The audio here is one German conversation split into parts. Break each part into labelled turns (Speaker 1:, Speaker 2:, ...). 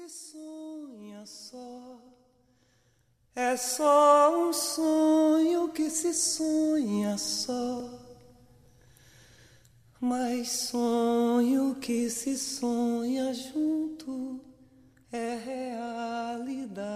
Speaker 1: se sonha só, é só sonho que se sonha só, mas sonho que se sonha junto é realidade.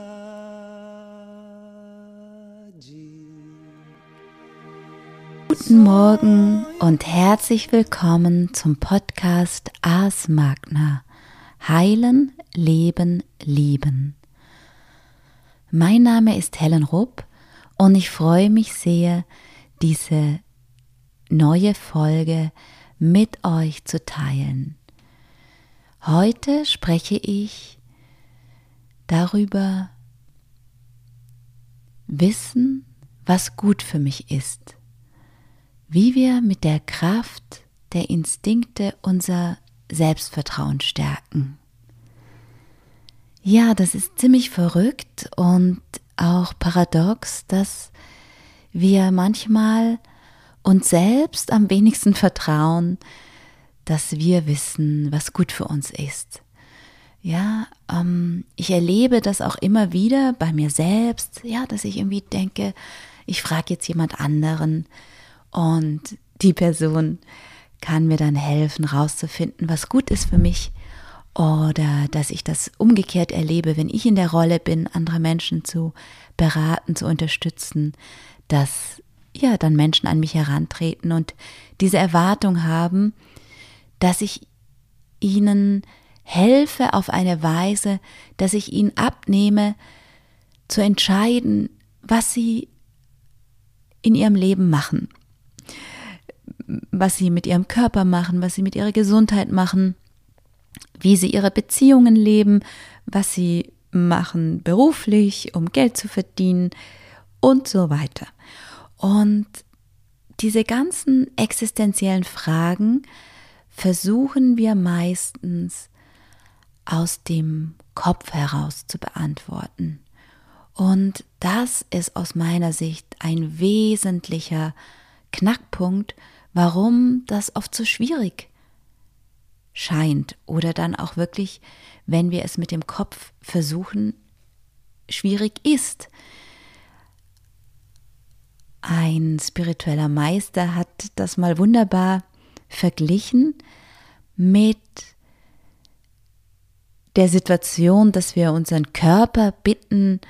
Speaker 2: Guten Morgen und herzlich willkommen zum Podcast Ars Magna. Heilen, Leben, Lieben. Mein Name ist Helen Rupp und ich freue mich sehr, diese neue Folge mit euch zu teilen. Heute spreche ich darüber, wissen, was gut für mich ist. Wie wir mit der Kraft der Instinkte unser Selbstvertrauen stärken. Ja, das ist ziemlich verrückt und auch paradox, dass wir manchmal uns selbst am wenigsten vertrauen, dass wir wissen, was gut für uns ist. Ja, ich erlebe das auch immer wieder bei mir selbst, ja, dass ich irgendwie denke, ich frage jetzt jemand anderen und die Person kann mir dann helfen, rauszufinden, was gut ist für mich, oder dass ich das umgekehrt erlebe, wenn ich in der Rolle bin, andere Menschen zu beraten, zu unterstützen, dass ja dann Menschen an mich herantreten und diese Erwartung haben, dass ich ihnen helfe auf eine Weise, dass ich ihnen abnehme, zu entscheiden, was sie in ihrem Leben machen. Was sie mit ihrem Körper machen, was sie mit ihrer Gesundheit machen, wie sie ihre Beziehungen leben, was sie machen beruflich, um Geld zu verdienen und so weiter. Und diese ganzen existenziellen Fragen versuchen wir meistens aus dem Kopf heraus zu beantworten. Und das ist aus meiner Sicht ein wesentlicher Knackpunkt, warum das oft so schwierig scheint oder dann auch wirklich, wenn wir es mit dem Kopf versuchen, schwierig ist. Ein spiritueller Meister hat das mal wunderbar verglichen mit der Situation, dass wir unseren Körper bitten,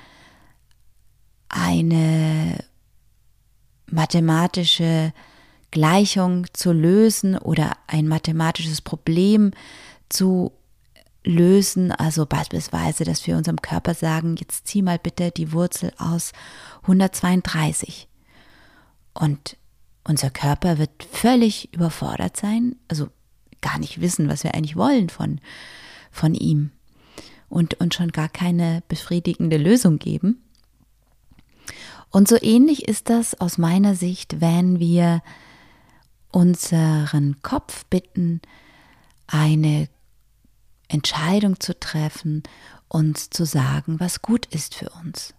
Speaker 2: eine mathematische Gleichung zu lösen oder ein mathematisches Problem zu lösen. Also beispielsweise, dass wir unserem Körper sagen, jetzt zieh mal bitte die Wurzel aus 132. Und unser Körper wird völlig überfordert sein, also gar nicht wissen, was wir eigentlich wollen von ihm und uns schon gar keine befriedigende Lösung geben. Und so ähnlich ist das aus meiner Sicht, wenn wir unseren Kopf bitten, eine Entscheidung zu treffen, uns zu sagen, was gut ist für uns.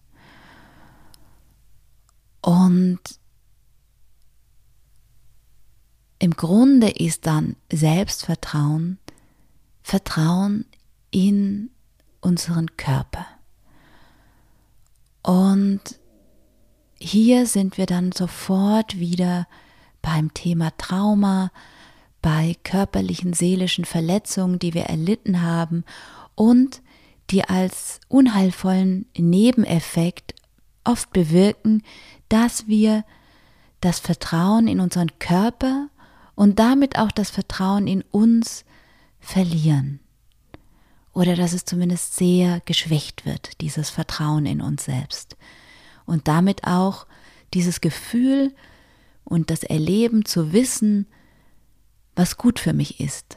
Speaker 2: Und im Grunde ist dann Selbstvertrauen, Vertrauen in unseren Körper. Und hier sind wir dann sofort wieder beim Thema Trauma, bei körperlichen, seelischen Verletzungen, die wir erlitten haben und die als unheilvollen Nebeneffekt oft bewirken, dass wir das Vertrauen in unseren Körper und damit auch das Vertrauen in uns verlieren. Oder dass es zumindest sehr geschwächt wird, dieses Vertrauen in uns selbst. Und damit auch dieses Gefühl und das Erleben zu wissen, was gut für mich ist.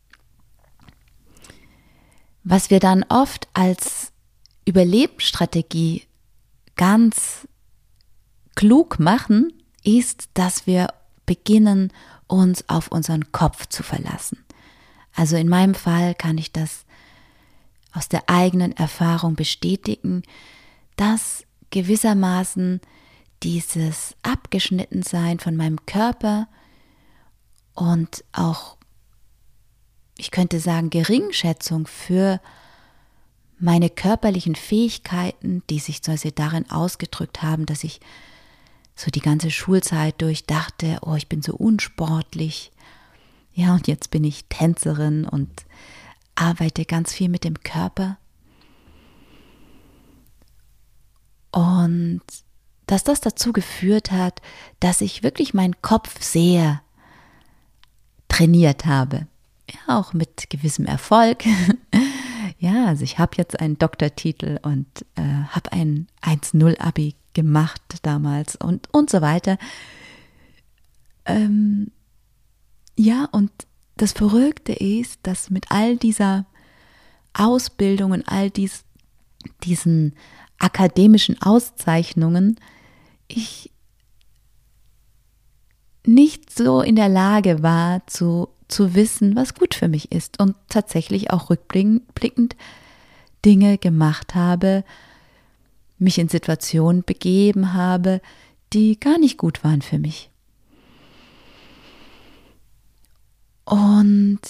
Speaker 2: Was wir dann oft als Überlebensstrategie ganz klug machen, ist, dass wir beginnen, uns auf unseren Kopf zu verlassen. Also in meinem Fall kann ich das aus der eigenen Erfahrung bestätigen, dass gewissermaßen dieses Abgeschnittensein von meinem Körper und auch, ich könnte sagen, Geringschätzung für meine körperlichen Fähigkeiten, die sich zum Beispiel darin ausgedrückt haben, dass ich so die ganze Schulzeit durch dachte, oh, ich bin so unsportlich. Ja, und jetzt bin ich Tänzerin und arbeite ganz viel mit dem Körper. Und dass das dazu geführt hat, dass ich wirklich meinen Kopf sehr trainiert habe. Ja, auch mit gewissem Erfolg. Ja, also ich habe jetzt einen Doktortitel und habe ein 1,0 Abi gemacht damals und so weiter. Ja, und das Verrückte ist, dass mit all dieser Ausbildung und all diesen akademischen Auszeichnungen ich nicht so in der Lage war zu wissen, was gut für mich ist und tatsächlich auch rückblickend Dinge gemacht habe, mich in Situationen begeben habe, die gar nicht gut waren für mich. Und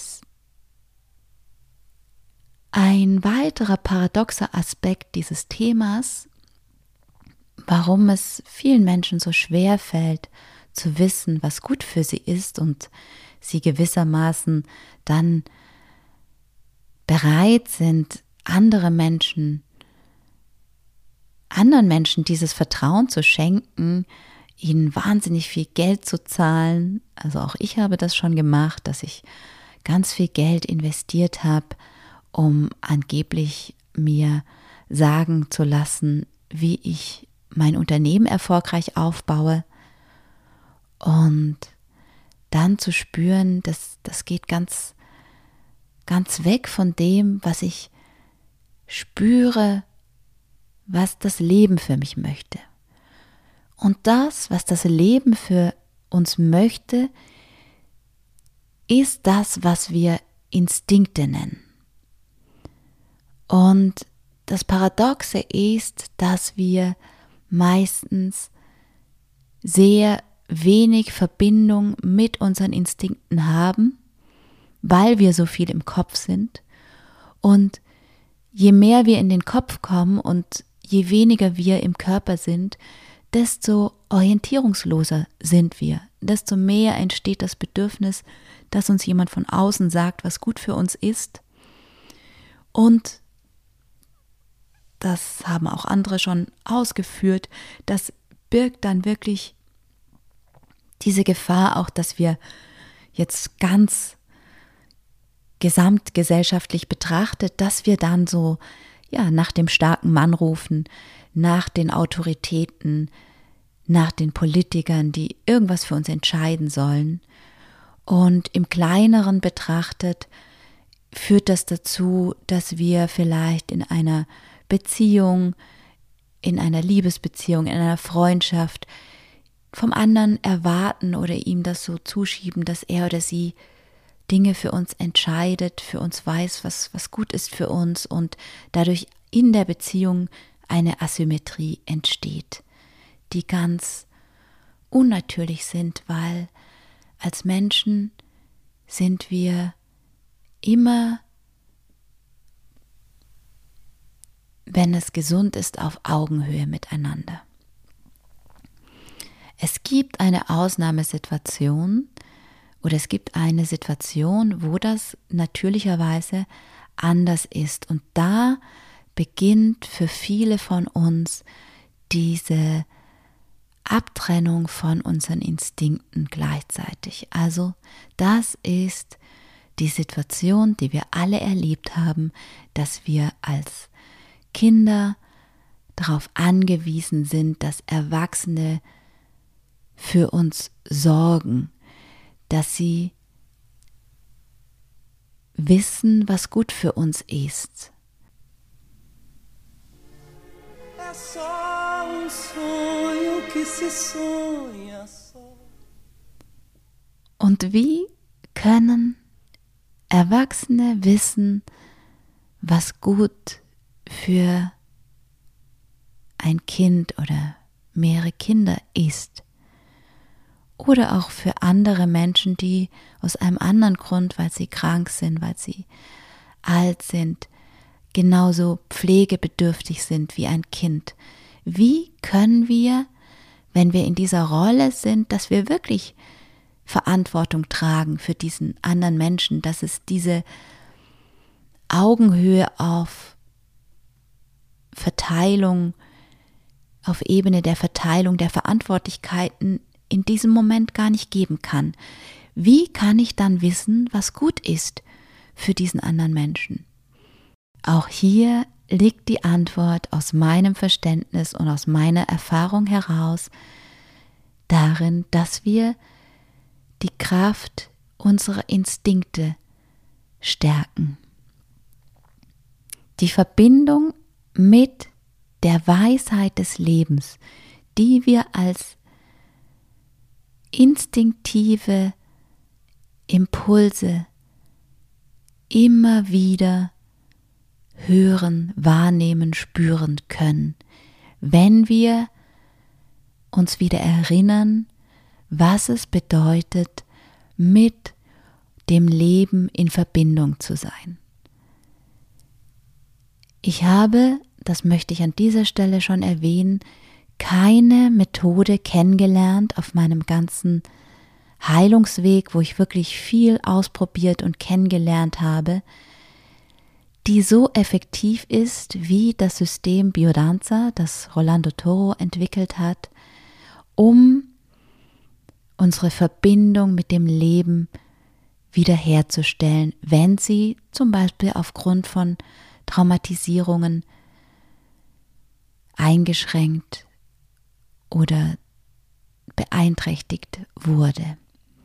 Speaker 2: ein weiterer paradoxer Aspekt dieses Themas, warum es vielen Menschen so schwer fällt, zu wissen, was gut für sie ist und sie gewissermaßen dann bereit sind, anderen Menschen dieses Vertrauen zu schenken, ihnen wahnsinnig viel Geld zu zahlen. Also auch ich habe das schon gemacht, dass ich ganz viel Geld investiert habe, um angeblich mir sagen zu lassen, wie ich mein Unternehmen erfolgreich aufbaue. Und dann zu spüren, das geht ganz, ganz weg von dem, was ich spüre, was das Leben für mich möchte. Und das, was das Leben für uns möchte, ist das, was wir Instinkte nennen. Und das Paradoxe ist, dass wir meistens sehr wenig Verbindung mit unseren Instinkten haben, weil wir so viel im Kopf sind. Und je mehr wir in den Kopf kommen und je weniger wir im Körper sind, desto orientierungsloser sind wir, desto mehr entsteht das Bedürfnis, dass uns jemand von außen sagt, was gut für uns ist. Und das haben auch andere schon ausgeführt, das birgt dann wirklich diese Gefahr auch, dass wir jetzt ganz gesamtgesellschaftlich betrachtet, dass wir dann so nach dem starken Mann rufen, nach den Autoritäten, nach den Politikern, die irgendwas für uns entscheiden sollen. Und im Kleineren betrachtet führt das dazu, dass wir vielleicht in einer Beziehung, in einer Liebesbeziehung, in einer Freundschaft vom anderen erwarten oder ihm das so zuschieben, dass er oder sie Dinge für uns entscheidet, für uns weiß, was gut ist für uns und dadurch in der Beziehung eine Asymmetrie entsteht, die ganz unnatürlich sind, weil als Menschen sind wir immer, wenn es gesund ist, auf Augenhöhe miteinander. Es gibt eine Ausnahmesituation oder es gibt eine Situation, wo das natürlicherweise anders ist. Und da beginnt für viele von uns diese Abtrennung von unseren Instinkten gleichzeitig. Also das ist die Situation, die wir alle erlebt haben, dass wir als Kinder darauf angewiesen sind, dass Erwachsene für uns sorgen, dass sie wissen, was gut für uns ist. Und wie können Erwachsene wissen, was gut für ein Kind oder mehrere Kinder ist? Oder auch für andere Menschen, die aus einem anderen Grund, weil sie krank sind, weil sie alt sind, genauso pflegebedürftig sind wie ein Kind. Wie können wir, wenn wir in dieser Rolle sind, dass wir wirklich Verantwortung tragen für diesen anderen Menschen, dass es diese Augenhöhe auf Verteilung, auf Ebene der Verteilung der Verantwortlichkeiten in diesem Moment gar nicht geben kann. Wie kann ich dann wissen, was gut ist für diesen anderen Menschen? Auch hier liegt die Antwort aus meinem Verständnis und aus meiner Erfahrung heraus darin, dass wir die Kraft unserer Instinkte stärken. Die Verbindung mit der Weisheit des Lebens, die wir als instinktive Impulse immer wieder hören, wahrnehmen, spüren können, wenn wir uns wieder erinnern, was es bedeutet, mit dem Leben in Verbindung zu sein. Ich habe, das möchte ich an dieser Stelle schon erwähnen, keine Methode kennengelernt auf meinem ganzen Heilungsweg, wo ich wirklich viel ausprobiert und kennengelernt habe, die so effektiv ist wie das System Biodanza, das Rolando Toro entwickelt hat, um unsere Verbindung mit dem Leben wiederherzustellen, wenn sie zum Beispiel aufgrund von Traumatisierungen eingeschränkt oder beeinträchtigt wurde.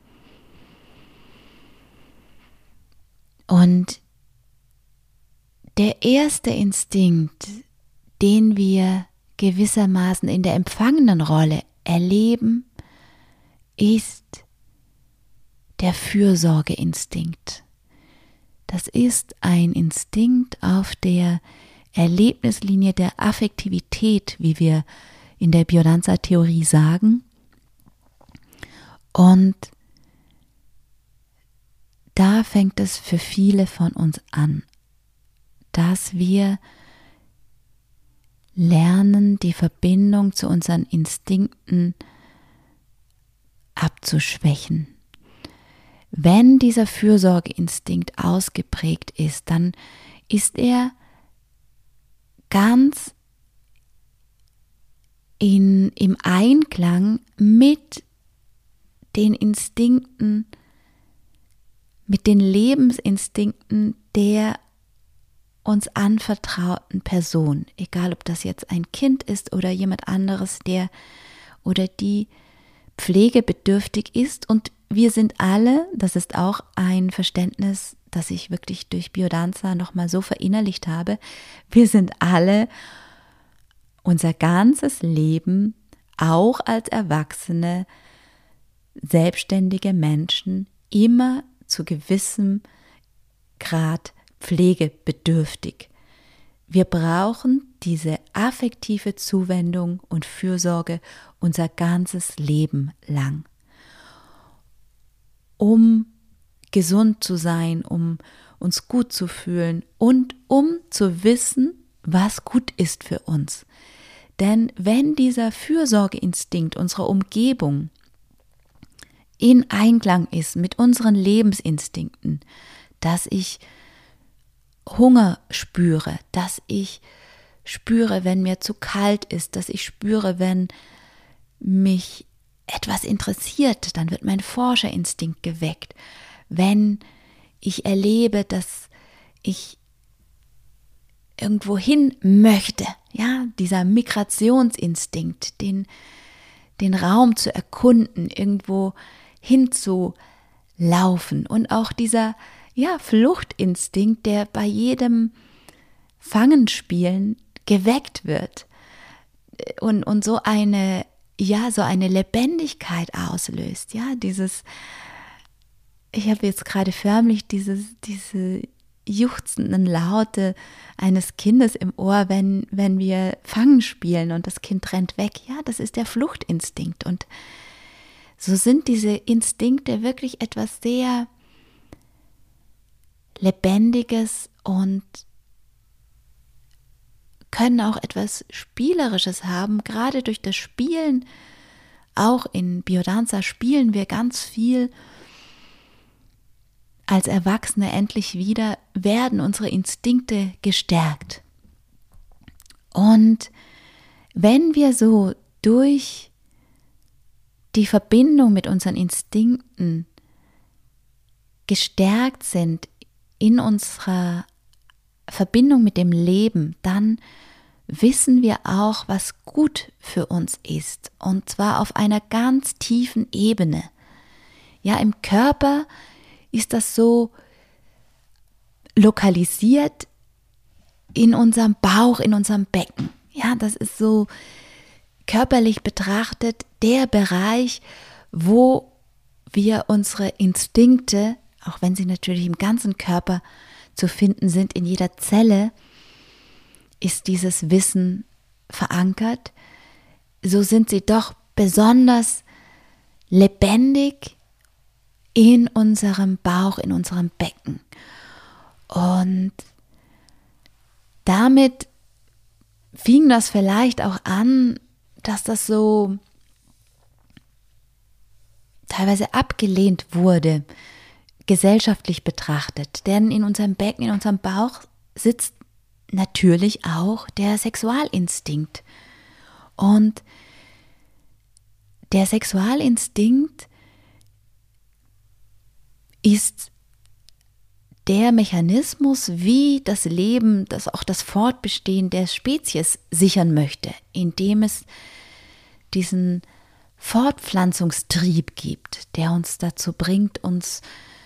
Speaker 2: Und der erste Instinkt, den wir gewissermaßen in der empfangenen Rolle erleben, ist der Fürsorgeinstinkt. Das ist ein Instinkt auf der Erlebnislinie der Affektivität, wie wir in der Biodanza-Theorie sagen. Und da fängt es für viele von uns an, dass wir lernen, die Verbindung zu unseren Instinkten abzuschwächen. Wenn dieser Fürsorgeinstinkt ausgeprägt ist, dann ist er ganz im Einklang mit den Instinkten, mit den Lebensinstinkten der uns anvertrauten Person, egal ob das jetzt ein Kind ist oder jemand anderes, der oder die pflegebedürftig ist. Und wir sind alle, das ist auch ein Verständnis, das ich wirklich durch Biodanza nochmal so verinnerlicht habe, wir sind alle unser ganzes Leben, auch als erwachsene, selbstständige Menschen, immer zu gewissem Grad pflegebedürftig. Wir brauchen diese affektive Zuwendung und Fürsorge unser ganzes Leben lang, um gesund zu sein, um uns gut zu fühlen und um zu wissen, was gut ist für uns. Denn wenn dieser Fürsorgeinstinkt unserer Umgebung in Einklang ist mit unseren Lebensinstinkten, dass ich Hunger spüre, dass ich spüre, wenn mir zu kalt ist, dass ich spüre, wenn mich etwas interessiert, dann wird mein Forscherinstinkt geweckt. Wenn ich erlebe, dass ich irgendwo hin möchte, ja, dieser Migrationsinstinkt, den Raum zu erkunden, irgendwo hinzulaufen und auch dieser Fluchtinstinkt, der bei jedem Fangenspielen geweckt wird und so eine Lebendigkeit auslöst, ich habe jetzt gerade förmlich diese juchzenden Laute eines Kindes im Ohr, wenn wir Fangen spielen und das Kind rennt weg. Ja, das ist der Fluchtinstinkt. Und so sind diese Instinkte wirklich etwas sehr Lebendiges und können auch etwas Spielerisches haben. Gerade durch das Spielen, auch in Biodanza spielen wir ganz viel. Als Erwachsene endlich wieder werden unsere Instinkte gestärkt. Und wenn wir so durch die Verbindung mit unseren Instinkten gestärkt sind in unserer Verbindung mit dem Leben, dann wissen wir auch, was gut für uns ist. Und zwar auf einer ganz tiefen Ebene. Ja, im Körper ist das so lokalisiert in unserem Bauch, in unserem Becken. Ja, das ist so körperlich betrachtet der Bereich, wo wir unsere Instinkte, auch wenn sie natürlich im ganzen Körper zu finden sind, in jeder Zelle ist dieses Wissen verankert, so sind sie doch besonders lebendig in unserem Bauch, in unserem Becken. Und damit fing das vielleicht auch an, dass das so teilweise abgelehnt wurde, gesellschaftlich betrachtet. Denn in unserem Becken, in unserem Bauch sitzt natürlich auch der Sexualinstinkt. Und der Sexualinstinkt ist der Mechanismus, wie das Leben, das auch das Fortbestehen der Spezies sichern möchte, indem es diesen Fortpflanzungstrieb gibt, der uns dazu bringt, uns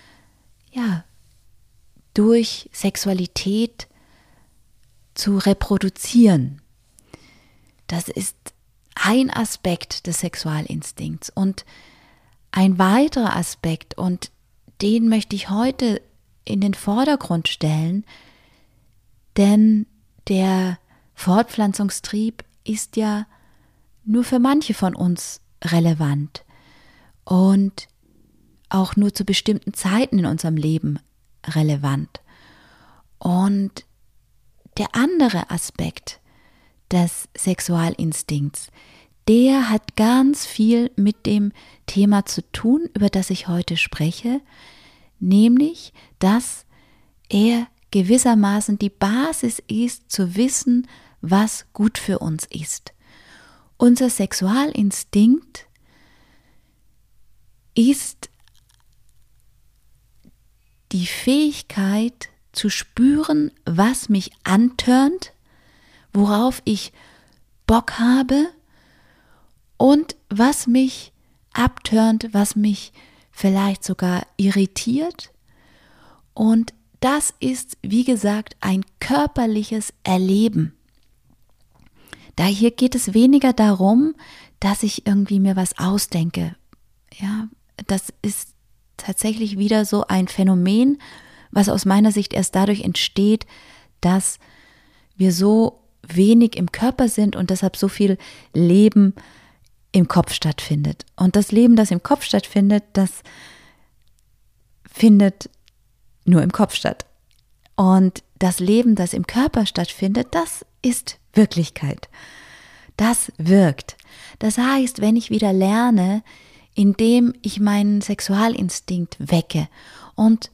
Speaker 2: durch Sexualität zu reproduzieren. Das ist ein Aspekt des Sexualinstinkts. Und ein weiterer Aspekt, und den möchte ich heute in den Vordergrund stellen, denn der Fortpflanzungstrieb ist ja nur für manche von uns relevant und auch nur zu bestimmten Zeiten in unserem Leben relevant. Und der andere Aspekt des Sexualinstinkts, der hat ganz viel mit dem Thema zu tun, über das ich heute spreche, nämlich, dass er gewissermaßen die Basis ist, zu wissen, was gut für uns ist. Unser Sexualinstinkt ist die Fähigkeit zu spüren, was mich antörnt, worauf ich Bock habe und was mich abturnt, was mich vielleicht sogar irritiert. Und das ist, wie gesagt, ein körperliches Erleben. Hier geht es weniger darum, dass ich irgendwie mir was ausdenke. Ja, das ist tatsächlich wieder so ein Phänomen, was aus meiner Sicht erst dadurch entsteht, dass wir so wenig im Körper sind und deshalb so viel Leben im Kopf stattfindet. Und das Leben, das im Kopf stattfindet, das findet nur im Kopf statt. Und das Leben, das im Körper stattfindet, das ist Wirklichkeit. Das wirkt. Das heißt, wenn ich wieder lerne, indem ich meinen Sexualinstinkt wecke, und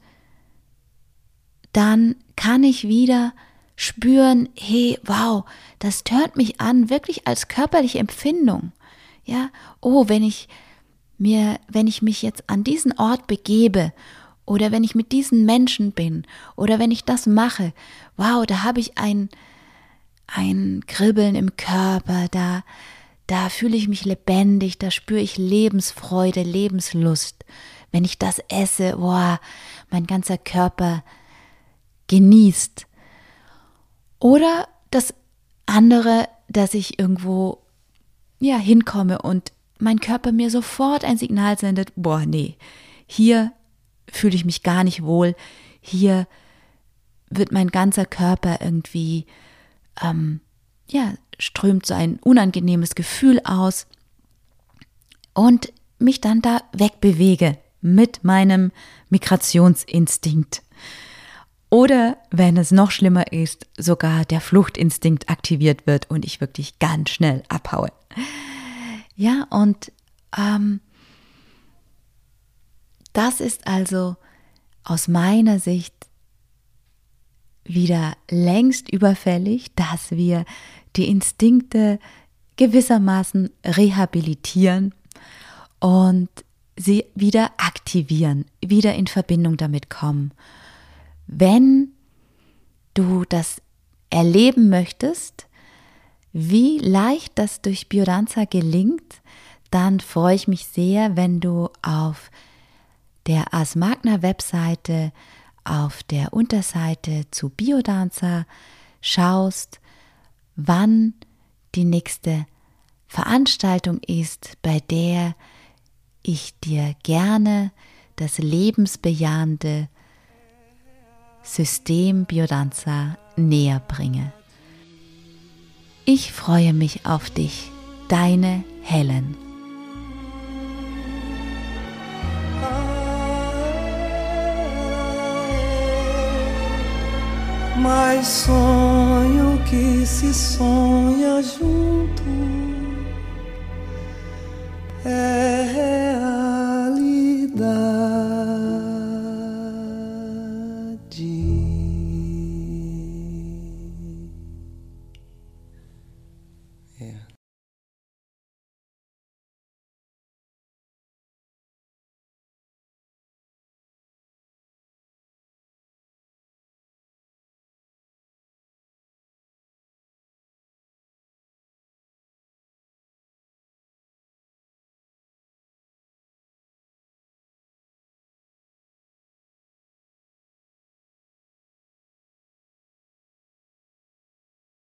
Speaker 2: dann kann ich wieder spüren, hey, wow, das tönt mich an, wirklich als körperliche Empfindung. Ja, wenn ich mich jetzt an diesen Ort begebe oder wenn ich mit diesen Menschen bin oder wenn ich das mache, wow, da habe ich ein Kribbeln im Körper, da fühle ich mich lebendig, da spüre ich Lebensfreude, Lebenslust. Wenn ich das esse, mein ganzer Körper genießt. Oder das andere, dass ich irgendwo hinkomme und mein Körper mir sofort ein Signal sendet, hier fühle ich mich gar nicht wohl, hier wird mein ganzer Körper irgendwie, strömt so ein unangenehmes Gefühl aus und mich dann da wegbewege mit meinem Migrationsinstinkt. Oder wenn es noch schlimmer ist, sogar der Fluchtinstinkt aktiviert wird und ich wirklich ganz schnell abhaue. Ja, und das ist also aus meiner Sicht wieder längst überfällig, dass wir die Instinkte gewissermaßen rehabilitieren und sie wieder aktivieren, wieder in Verbindung damit kommen. Wenn du das erleben möchtest, wie leicht das durch Biodanza gelingt, dann freue ich mich sehr, wenn du auf der Ars Magna Webseite auf der Unterseite zu Biodanza schaust, wann die nächste Veranstaltung ist, bei der ich dir gerne das lebensbejahende System Biodanza näher bringe. Ich freue mich auf dich, deine Helen.
Speaker 1: Mas sonho que se sonha junto é